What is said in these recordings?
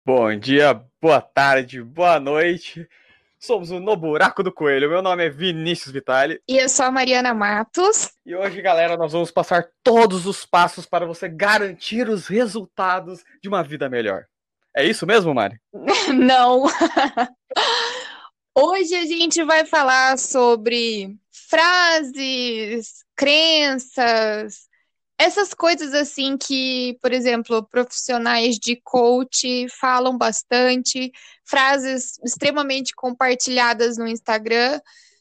Bom dia, boa tarde, boa noite. Somos o No Buraco do Coelho. Meu nome é Vinícius Vitali. E eu sou a Mariana Matos. E hoje, galera, nós vamos passar todos os passos para você garantir os resultados de uma vida melhor. É isso mesmo, Mari? Não. Hoje a gente vai falar sobre frases, crenças, essas coisas assim que, por exemplo, profissionais de coach falam bastante, frases extremamente compartilhadas no Instagram,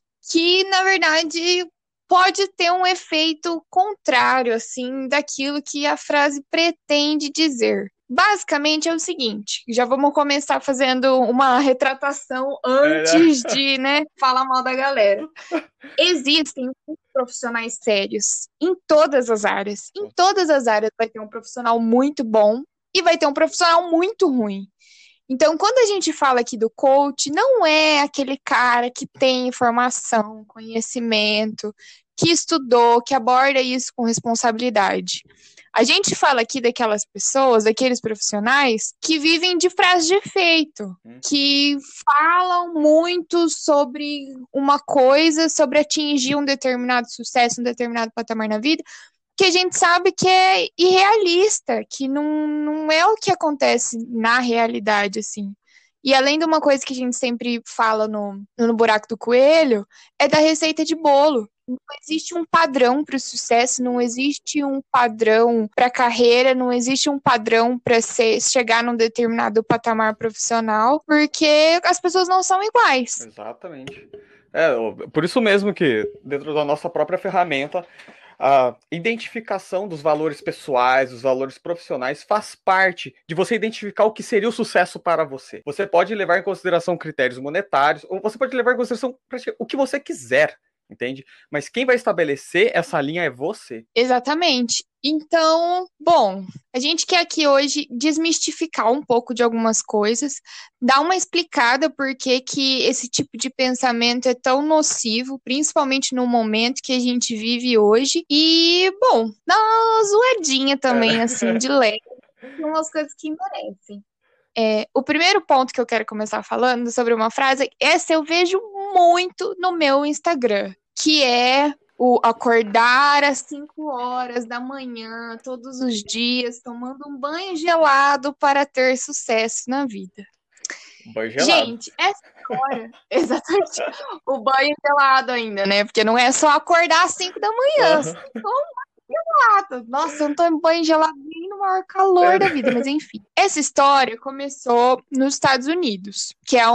que na verdade pode ter um efeito contrário assim daquilo que a frase pretende dizer. Basicamente é o seguinte, já vamos começar fazendo uma retratação antes de, né, falar mal da galera. Existem profissionais sérios em todas as áreas. Em todas as áreas vai ter um profissional muito bom e vai ter um profissional muito ruim. Então, quando a gente fala aqui do coach, não é aquele cara que tem informação, conhecimento, que estudou, que aborda isso com responsabilidade. A gente fala aqui daquelas pessoas, daqueles profissionais que vivem de frase de efeito, que falam muito sobre uma coisa, sobre atingir um determinado sucesso, um determinado patamar na vida, que a gente sabe que é irrealista, que não é o que acontece na realidade, assim. E além de uma coisa que a gente sempre fala no Buraco do Coelho, é da receita de bolo. Não existe um padrão para o sucesso, não existe um padrão para a carreira, não existe um padrão para chegar num determinado patamar profissional, porque as pessoas não são iguais. Exatamente. Por isso mesmo que, dentro da nossa própria ferramenta, a identificação dos valores pessoais, dos valores profissionais, faz parte de você identificar o que seria o sucesso para você. Você pode levar em consideração critérios monetários, ou você pode levar em consideração o que você quiser, entende? Mas quem vai estabelecer essa linha é você. Exatamente. Então, bom, a gente quer aqui hoje desmistificar um pouco de algumas coisas, dar uma explicada por que esse tipo de pensamento é tão nocivo, principalmente no momento que a gente vive hoje. E, bom, dar uma zoadinha também, assim, de leve, umas coisas que merecem. O primeiro ponto que eu quero começar falando sobre uma frase, essa eu vejo muito no meu Instagram, que é o acordar às 5 horas da manhã, todos os dias, tomando um banho gelado para ter sucesso na vida. Banho gelado. Gente, essa história, exatamente, o banho gelado ainda, né? Porque não é só acordar às 5 da manhã, você tem que tomar gelado. Nossa, eu não tomo banho gelado nem no maior calor da vida, mas enfim. Essa história começou nos Estados Unidos, que é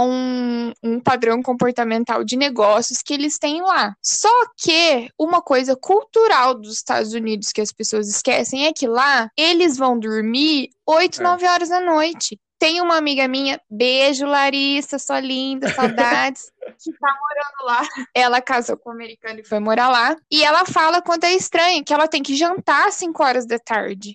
um padrão comportamental de negócios que eles têm lá. Só que uma coisa cultural dos Estados Unidos que as pessoas esquecem é que lá eles vão dormir 8, 9 horas da noite. Tem uma amiga minha, beijo Larissa, sua linda, saudades, que tá morando lá. Ela casou com um americano e foi morar lá. E ela fala quanto é estranho, que ela tem que jantar às 5 horas da tarde.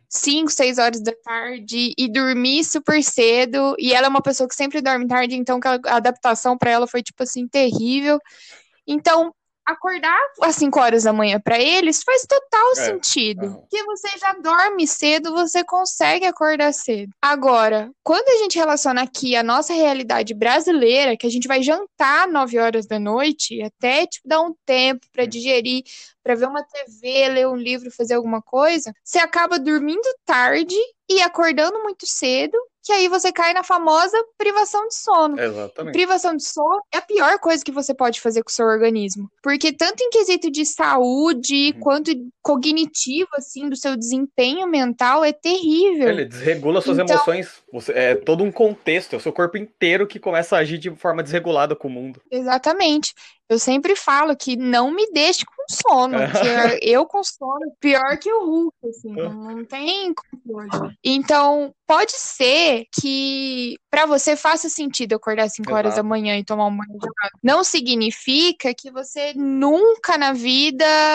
5, 6 horas da tarde e dormir super cedo. E ela é uma pessoa que sempre dorme tarde, então a adaptação para ela foi, tipo assim, terrível. Então, acordar às 5 horas da manhã para eles faz total sentido. Porque você já dorme cedo, você consegue acordar cedo. Agora, quando a gente relaciona aqui a nossa realidade brasileira, que a gente vai jantar 9 horas da noite, até tipo, dar um tempo para digerir, para ver uma TV, ler um livro, fazer alguma coisa, você acaba dormindo tarde e acordando muito cedo, que aí você cai na famosa privação de sono. E Exatamente. privação de sono é a pior coisa que você pode fazer com o seu organismo. Porque tanto em quesito de saúde, quanto cognitivo, assim, do seu desempenho mental, é terrível. Ele desregula suas Então, emoções. É todo um contexto, é o seu corpo inteiro que começa a agir de forma desregulada com o mundo. exatamente. Eu sempre falo que não me deixe com sono, que eu com sono é pior que o Hulk, assim, não tem controle. Então, pode ser que para você faça sentido acordar às 5 horas da Exato. manhã e tomar um banho gelado. Não significa que você nunca na vida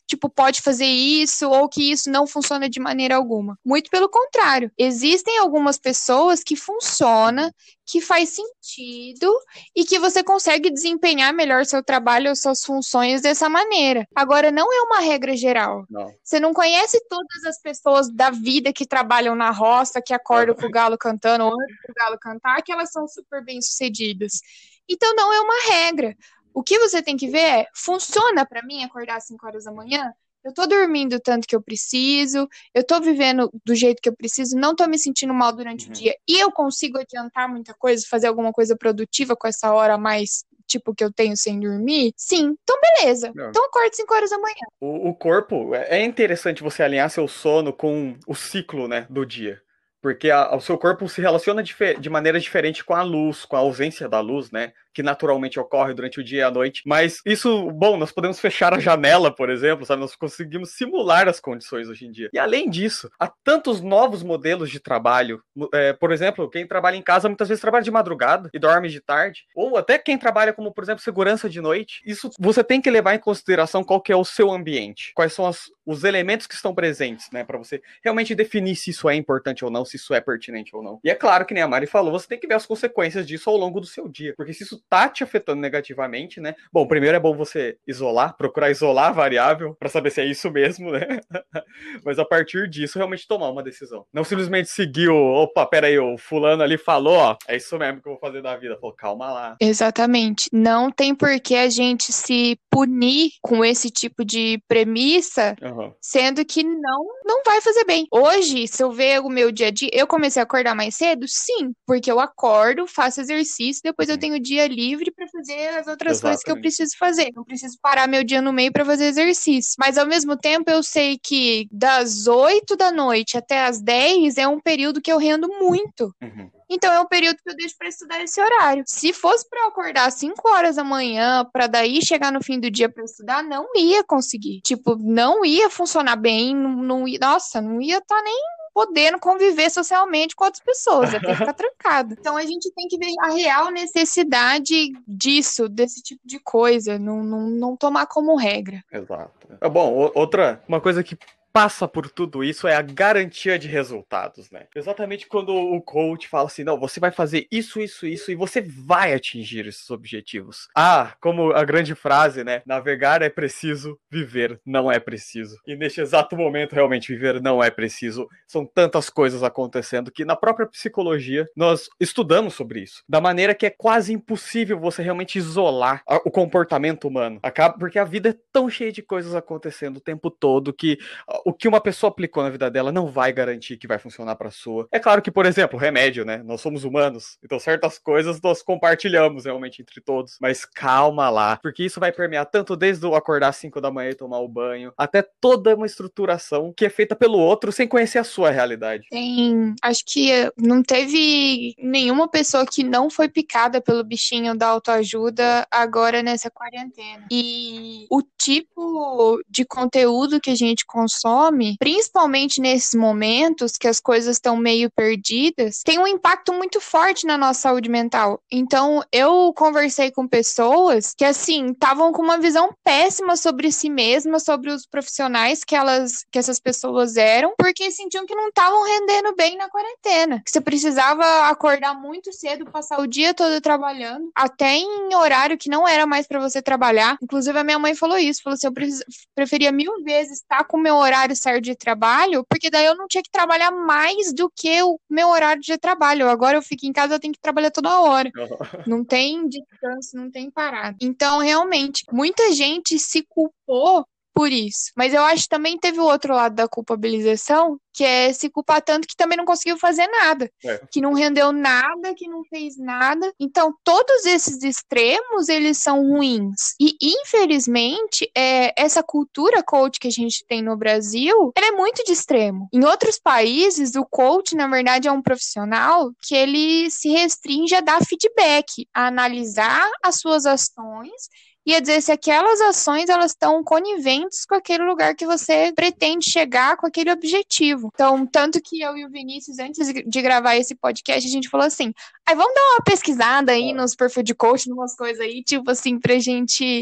tipo, pode fazer isso ou que isso não funciona de maneira alguma. Muito pelo contrário. Existem algumas pessoas que funciona, que faz sentido e que você consegue desempenhar melhor seu trabalho ou suas funções dessa maneira. Agora, não é uma regra geral. Não. Você não conhece todas as pessoas da vida que trabalham na roça, que acordam com o galo cantando ou antes do galo cantar, que elas são super bem-sucedidas. Então, não é uma regra. O que você tem que ver é, funciona para mim acordar às 5 horas da manhã? Eu tô dormindo o tanto que eu preciso, eu tô vivendo do jeito que eu preciso, não tô me sentindo mal durante o dia, e eu consigo adiantar muita coisa, fazer alguma coisa produtiva com essa hora a mais, tipo, que eu tenho sem dormir? Sim, então beleza. Não. Então acordo 5 horas da manhã. O corpo, é interessante você alinhar seu sono com o ciclo, né, do dia. Porque o seu corpo se relaciona de maneira diferente com a luz, com a ausência da luz, né? Que naturalmente ocorre durante o dia e a noite. Mas isso, bom, nós podemos fechar a janela, por exemplo, sabe? Nós conseguimos simular as condições hoje em dia. E além disso, há tantos novos modelos de trabalho. Por exemplo, quem trabalha em casa muitas vezes trabalha de madrugada e dorme de tarde. Ou até quem trabalha como, por exemplo, segurança de noite. Isso você tem que levar em consideração qual que é o seu ambiente. Quais são os elementos que estão presentes, né? Para você realmente definir se isso é importante ou não, se isso é pertinente ou não. E é claro que nem a Mari falou, você tem que ver as consequências disso ao longo do seu dia. Porque se isso tá te afetando negativamente, né? Bom, primeiro é bom você procurar isolar a variável para saber se é isso mesmo, né? Mas a partir disso, realmente tomar uma decisão. Não simplesmente seguir opa, peraí, o fulano ali falou, ó, é isso mesmo que eu vou fazer da vida. Falou, calma lá. Exatamente. Não tem por que a gente se punir com esse tipo de premissa, sendo que não vai fazer bem. Hoje, se eu ver o meu dia a dia, eu comecei a acordar mais cedo? Sim, porque eu acordo, faço exercício, depois eu tenho dia livre para fazer as outras coisas que eu preciso fazer. Não preciso parar meu dia no meio para fazer exercício. Mas ao mesmo tempo, eu sei que das 8 da noite até as 10 é um período que eu rendo muito. Então é um período que eu deixo para estudar esse horário. Se fosse para eu acordar às 5 horas da manhã, para daí chegar no fim do dia para estudar, não ia conseguir. Tipo, não ia funcionar bem, não ia, nossa, não ia estar nem podendo conviver socialmente com outras pessoas, ia ter que ficar trancado. Então a gente tem que ver a real necessidade disso, desse tipo de coisa, não tomar como regra. Exato. Bom, uma coisa que passa por tudo isso é a garantia de resultados, né? Exatamente quando o coach fala assim, não, você vai fazer isso, e você vai atingir esses objetivos. Como a grande frase, né? Navegar é preciso, viver não é preciso. E neste exato momento, realmente, viver não é preciso. São tantas coisas acontecendo que na própria psicologia nós estudamos sobre isso. Da maneira que é quase impossível você realmente isolar o comportamento humano. Porque a vida é tão cheia de coisas acontecendo o tempo todo que o que uma pessoa aplicou na vida dela não vai garantir que vai funcionar para a sua. É claro que, por exemplo, remédio, né? Nós somos humanos, então certas coisas nós compartilhamos realmente entre todos. Mas calma lá, porque isso vai permear tanto desde o acordar às 5 da manhã e tomar o banho, até toda uma estruturação que é feita pelo outro sem conhecer a sua realidade. Acho que não teve nenhuma pessoa que não foi picada pelo bichinho da autoajuda agora nessa quarentena. E o tipo de conteúdo que a gente consome, principalmente nesses momentos que as coisas estão meio perdidas, tem um impacto muito forte na nossa saúde mental. Então, eu conversei com pessoas que, assim, estavam com uma visão péssima sobre si mesmas, sobre os profissionais que essas pessoas eram, porque sentiam que não estavam rendendo bem na quarentena. Que você precisava acordar muito cedo, passar o dia todo trabalhando, até em horário que não era mais para você trabalhar. Inclusive, a minha mãe falou isso, falou assim, eu preferia 1000 vezes estar com o meu horário certo de trabalho, porque daí eu não tinha que trabalhar mais do que o meu horário de trabalho. Agora eu fico em casa, eu tenho que trabalhar toda hora. Não tem descanso, não tem parada. Então, realmente, muita gente se culpou por isso. Mas eu acho que também teve o outro lado da culpabilização, que é se culpar tanto que também não conseguiu fazer nada. Que não rendeu nada, que não fez nada. Então, todos esses extremos, eles são ruins. E, infelizmente, essa cultura coach que a gente tem no Brasil, ela é muito de extremo. Em outros países, o coach, na verdade, é um profissional que ele se restringe a dar feedback, a analisar as suas ações e a dizer se aquelas ações elas estão coniventes com aquele lugar que você pretende chegar, com aquele objetivo. Então, tanto que eu e o Vinícius, antes de gravar esse podcast, a gente falou assim, vamos dar uma pesquisada aí nos perfil de coach, umas coisas aí, tipo assim, pra gente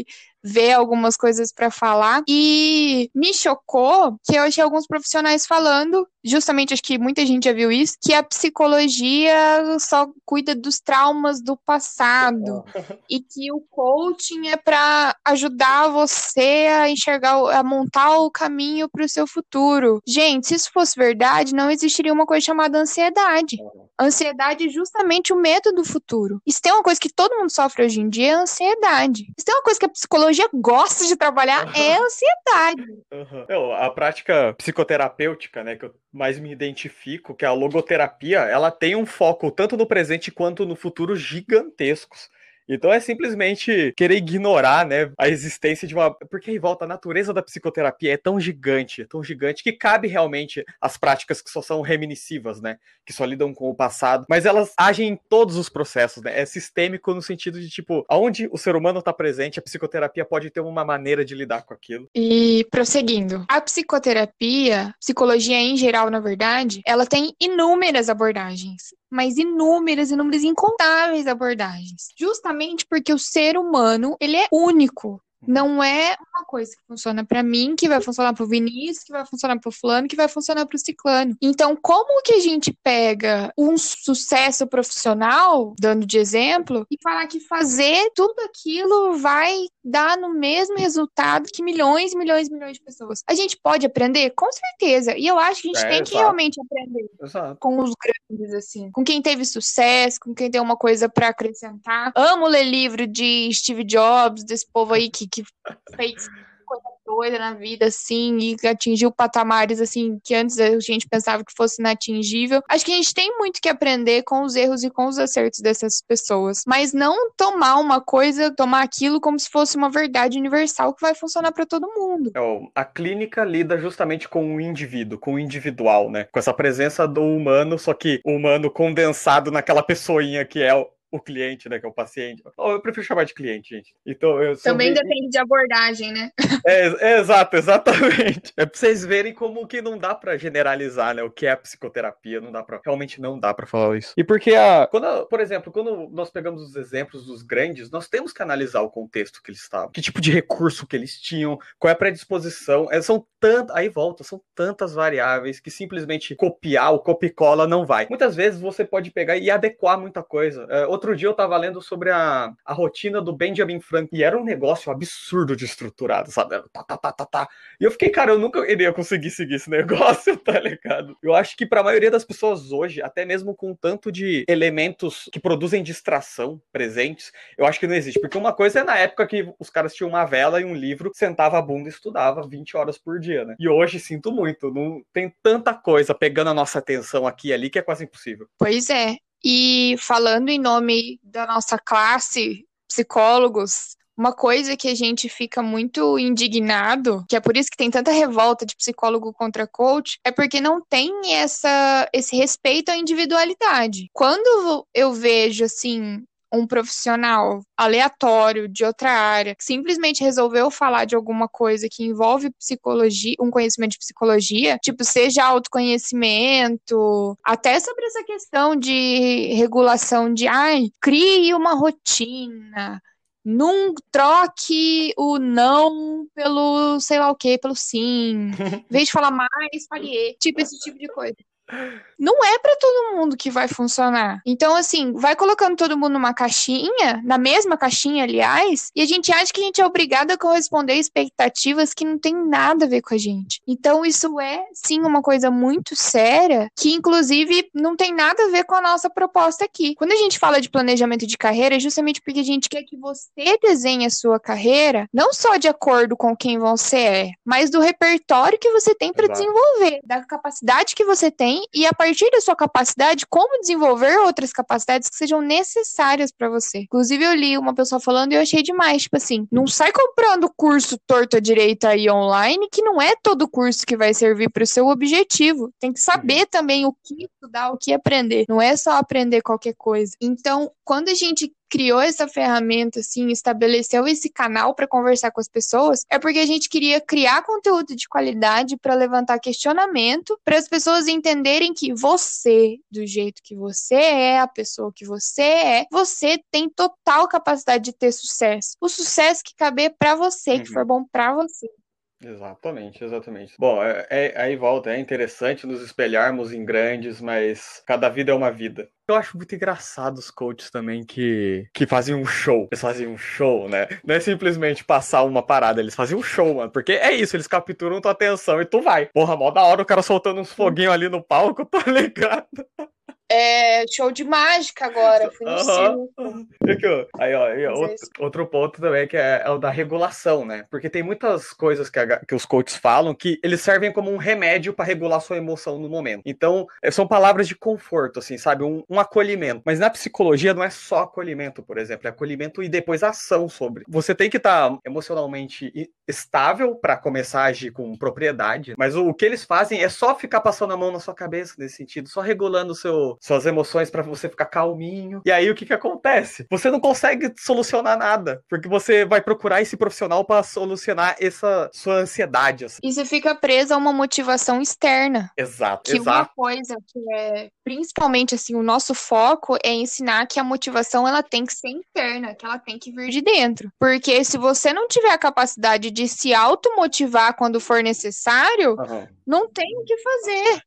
ver algumas coisas para falar. E me chocou que eu achei alguns profissionais falando, justamente, acho que muita gente já viu isso, que a psicologia só cuida dos traumas do passado e que o coaching é para ajudar você a enxergar, a montar o caminho para o seu futuro. Gente, se isso fosse verdade, não existiria uma coisa chamada ansiedade. Ansiedade é justamente o medo do futuro. E se tem uma coisa que todo mundo sofre hoje em dia, é a ansiedade. Se tem uma coisa que a psicologia gosta de trabalhar, é a ansiedade. A prática psicoterapêutica, né, que eu mais me identifico, que é a logoterapia, ela tem um foco tanto no presente quanto no futuro gigantescos. Então é simplesmente querer ignorar, né, a existência de uma... Porque aí volta, a natureza da psicoterapia é tão gigante, que cabe realmente as práticas que só são reminiscivas, né, que só lidam com o passado, mas elas agem em todos os processos, né, é sistêmico no sentido de, tipo, aonde o ser humano está presente, a psicoterapia pode ter uma maneira de lidar com aquilo. E prosseguindo, a psicoterapia, psicologia em geral, na verdade, ela tem inúmeras abordagens. Mas inúmeras, incontáveis abordagens. Justamente porque o ser humano, ele é único. Não é uma coisa que funciona pra mim, que vai funcionar pro Vinícius, que vai funcionar pro fulano, que vai funcionar pro ciclano. Então, como que a gente pega um sucesso profissional, dando de exemplo, e falar que fazer tudo aquilo vai dar no mesmo resultado que milhões e milhões e milhões de pessoas? A gente pode aprender? Com certeza. E eu acho que a gente tem que realmente aprender com os grandes, assim. Com quem teve sucesso, com quem tem uma coisa pra acrescentar. Amo ler livro de Steve Jobs, desse povo aí que fez coisa doida na vida, assim, e atingiu patamares, assim, que antes a gente pensava que fosse inatingível. Acho que a gente tem muito que aprender com os erros e com os acertos dessas pessoas, mas não tomar aquilo como se fosse uma verdade universal que vai funcionar para todo mundo. A clínica lida justamente com o indivíduo, com o individual, né? Com essa presença do humano, só que o humano condensado naquela pessoinha que é o cliente, né, que é o paciente. Eu prefiro chamar de cliente, gente. Então, também depende de abordagem, né? Exatamente. É pra vocês verem como que não dá pra generalizar, né, o que é a psicoterapia, realmente não dá pra falar isso. E porque, por exemplo, quando nós pegamos os exemplos dos grandes, nós temos que analisar o contexto que eles estavam, que tipo de recurso que eles tinham, qual é a predisposição, são tantas variáveis que simplesmente copiar, o copia-cola não vai. Muitas vezes você pode pegar e adequar muita coisa. Outro dia eu tava lendo sobre a rotina do Benjamin Franklin, e era um negócio absurdo de estruturado, sabe? E eu fiquei, cara, eu nunca iria conseguir seguir esse negócio, tá ligado? Eu acho que pra maioria das pessoas hoje, até mesmo com tanto de elementos que produzem distração presentes, eu acho que não existe. Porque uma coisa é na época que os caras tinham uma vela e um livro, sentava a bunda e estudava 20 horas por dia, né? E hoje, sinto muito, não tem tanta coisa pegando a nossa atenção aqui e ali que é quase impossível. Pois é. E falando em nome da nossa classe, psicólogos, uma coisa que a gente fica muito indignado, que é por isso que tem tanta revolta de psicólogo contra coach, é porque não tem esse respeito à individualidade. Quando eu vejo, assim, um profissional aleatório de outra área que simplesmente resolveu falar de alguma coisa que envolve psicologia, um conhecimento de psicologia, tipo, seja autoconhecimento, até sobre essa questão de regulação de, crie uma rotina, não troque o não pelo sei lá o que, pelo sim. Em vez de falar mais, fale tipo esse tipo de coisa. Não é pra todo mundo que vai funcionar. Então, assim, vai colocando todo mundo numa caixinha, na mesma caixinha, aliás, e a gente acha que a gente é obrigado a corresponder a expectativas que não tem nada a ver com a gente. Então, isso é, sim, uma coisa muito séria, que, inclusive, não tem nada a ver com a nossa proposta aqui. Quando a gente fala de planejamento de carreira, é justamente porque a gente quer que você desenhe a sua carreira, não só de acordo com quem você é, mas do repertório que você tem para desenvolver, da capacidade que você tem e a partir da sua capacidade, como desenvolver outras capacidades que sejam necessárias para você. Inclusive, eu li uma pessoa falando e eu achei demais, tipo assim, não sai comprando curso torto à direita aí online, que não é todo curso que vai servir para o seu objetivo. Tem que saber também o que estudar, o que aprender. Não é só aprender qualquer coisa. Então, quando a gente criou essa ferramenta, assim, estabeleceu esse canal para conversar com as pessoas, é porque a gente queria criar conteúdo de qualidade para levantar questionamento, para as pessoas entenderem que você, do jeito que você é, a pessoa que você tem total capacidade de ter sucesso. O sucesso que caber para você, que for bom para você. Exatamente, exatamente. Bom, aí volta, é interessante nos espelharmos em grandes, mas cada vida é uma vida. Eu acho muito engraçado os coaches também que fazem um show. Eles fazem um show, né? Não é simplesmente passar uma parada, eles fazem um show, mano. Porque é isso, eles capturam tua atenção e tu vai. Porra, mó da hora o cara soltando uns foguinhos ali no palco, tá ligado? É show de mágica agora, fui no circo. Aí, ó, outro ponto também que é o da regulação, né? Porque tem muitas coisas que os coaches falam que eles servem como um remédio para regular sua emoção no momento. Então, são palavras de conforto, assim, sabe? Um acolhimento. Mas na psicologia não é só acolhimento, por exemplo, é acolhimento e depois ação sobre. Você tem que estar emocionalmente estável para começar a agir com propriedade, mas o que eles fazem é só ficar passando a mão na sua cabeça nesse sentido, só regulando suas emoções para você ficar calminho. E aí o que acontece? Você não consegue solucionar nada, porque você vai procurar esse profissional para solucionar essa sua ansiedade. Assim. E você fica preso a uma motivação externa. Exato, que exato. Uma coisa que é, principalmente assim, o nosso foco é ensinar que a motivação ela tem que ser interna, que ela tem que vir de dentro. Porque se você não tiver a capacidade de se automotivar quando for necessário, não tem o que fazer.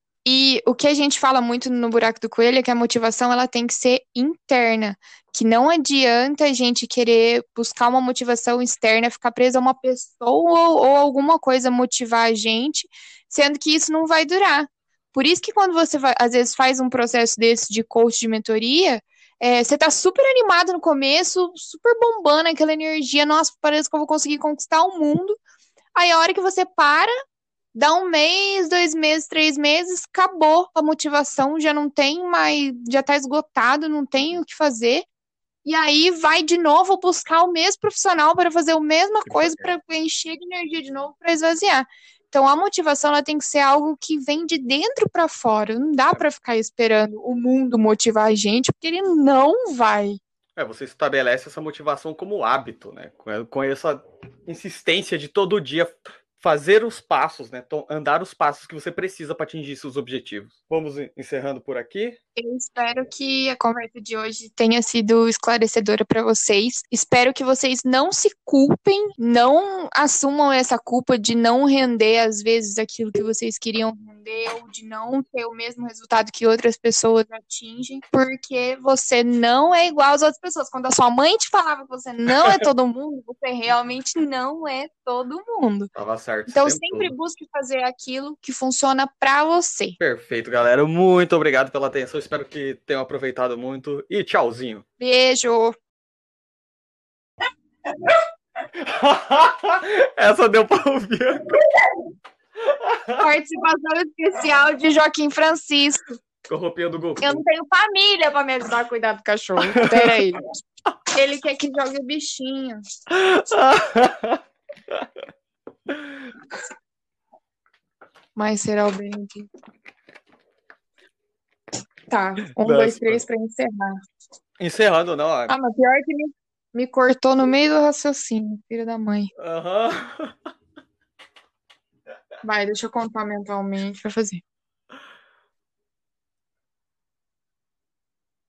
E o que a gente fala muito no Buraco do Coelho é que a motivação ela tem que ser interna, que não adianta a gente querer buscar uma motivação externa, ficar presa a uma pessoa ou alguma coisa motivar a gente, sendo que isso não vai durar. Por isso que quando você às vezes faz um processo desse de coach de mentoria, você tá super animado no começo, super bombando aquela energia, nossa, parece que eu vou conseguir conquistar o mundo. Aí a hora que você para, dá 1 mês, 2 meses, 3 meses, acabou a motivação, já não tem mais, já tá esgotado, não tem o que fazer. E aí vai de novo buscar o mesmo profissional para fazer a mesma coisa, para encher de energia de novo, para esvaziar. Então a motivação ela tem que ser algo que vem de dentro para fora. Não dá para ficar esperando o mundo motivar a gente, porque ele não vai. Você estabelece essa motivação como hábito, né? Com essa insistência de todo dia fazer os passos, né? Andar os passos que você precisa para atingir seus objetivos. Vamos encerrando por aqui. Eu espero que a conversa de hoje tenha sido esclarecedora para vocês. Espero que vocês não se culpem, não assumam essa culpa de não render, às vezes, aquilo que vocês queriam render ou de não ter o mesmo resultado que outras pessoas atingem, porque você não é igual às outras pessoas. Quando a sua mãe te falava que você não é todo mundo, você realmente não é todo mundo. Tava certo. Então, sempre busque fazer aquilo que funciona para você. Perfeito, galera. Muito obrigado pela atenção. Espero que tenham aproveitado muito. E tchauzinho. Beijo. Essa deu pra ouvir. Participação especial de Joaquim Francisco. Com a roupinha do Goku. Eu não tenho família pra me ajudar a cuidar do cachorro. Pera aí. Ele quer que jogue o bichinho. Mas será o Benedito. Tá, 1, 2, 3 pra encerrar. Encerrando, não. Ah, mas pior que me cortou no meio do raciocínio, filho da mãe. Vai, deixa eu contar mentalmente pra fazer.